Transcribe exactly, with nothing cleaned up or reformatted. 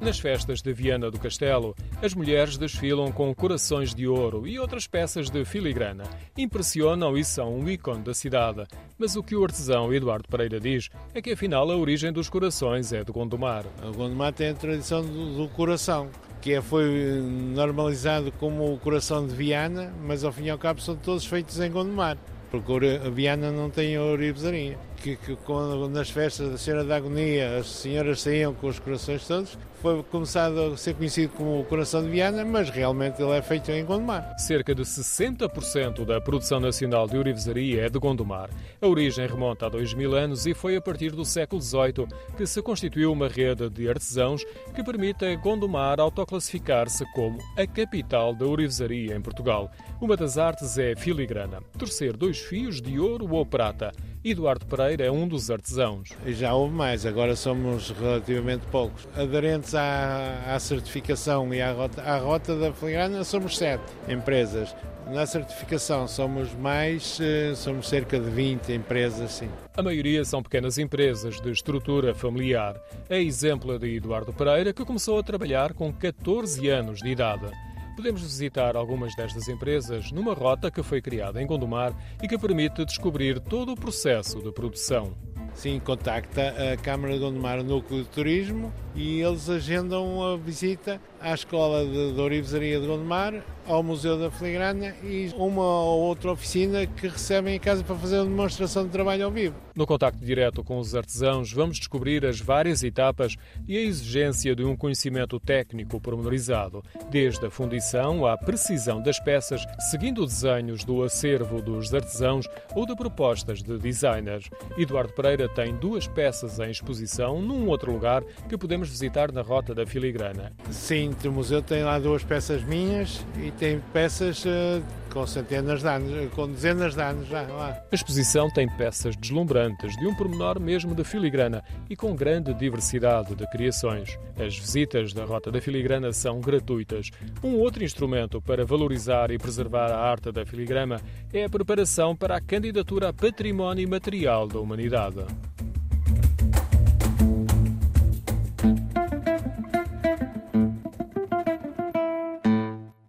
Nas festas de Viana do Castelo, as mulheres desfilam com corações de ouro e outras peças de filigrana. Impressionam e são um ícone da cidade. Mas o que o artesão Eduardo Pereira diz é que, afinal, a origem dos corações é de Gondomar. O Gondomar tem a tradição do, do coração, que é, foi normalizado como o coração de Viana, mas ao fim e ao cabo são todos feitos em Gondomar, porque a Viana não tem ourivesaria. Que, que quando, nas festas da Senhora da Agonia as senhoras saíam com os corações todos, foi começado a ser conhecido como o coração de Viana, mas realmente ele é feito em Gondomar. Cerca de sessenta por cento da produção nacional de ourivesaria é de Gondomar. A origem remonta a dois mil anos e foi a partir do século dezoito que se constituiu uma rede de artesãos que permite a Gondomar autoclassificar-se como a capital da ourivesaria em Portugal. Uma das artes é a filigrana, torcer dois fios de ouro ou prata. Eduardo Pereira é um dos artesãos. Já houve mais, agora somos relativamente poucos. Aderentes à, à certificação e à rota, à rota da filigrana somos sete empresas. Na certificação somos mais, somos cerca de vinte empresas, sim. A maioria são pequenas empresas de estrutura familiar. É exemplo de Eduardo Pereira, que começou a trabalhar com catorze anos de idade. Podemos visitar algumas destas empresas numa rota que foi criada em Gondomar e que permite descobrir todo o processo de produção. Sim, contacta a Câmara de Gondomar, o Núcleo de Turismo, e eles agendam a visita à Escola de, de Ourivesaria de Gondomar, ao Museu da Filigrana e uma ou outra oficina que recebem em casa para fazer uma demonstração de trabalho ao vivo. No contacto direto com os artesãos, vamos descobrir as várias etapas e a exigência de um conhecimento técnico pormenorizado, desde a fundição à precisão das peças, seguindo desenhos do acervo dos artesãos ou de propostas de designers. Eduardo Pereira tem duas peças em exposição num outro lugar que podemos visitar na Rota da Filigrana. Sim, o museu tem lá duas peças minhas e tem peças uh, com centenas de anos, com dezenas de anos já lá. A exposição tem peças deslumbrantes, de um pormenor mesmo de filigrana e com grande diversidade de criações. As visitas da Rota da Filigrana são gratuitas. Um outro instrumento para valorizar e preservar a arte da filigrana é a preparação para a candidatura a Património Imaterial da Humanidade.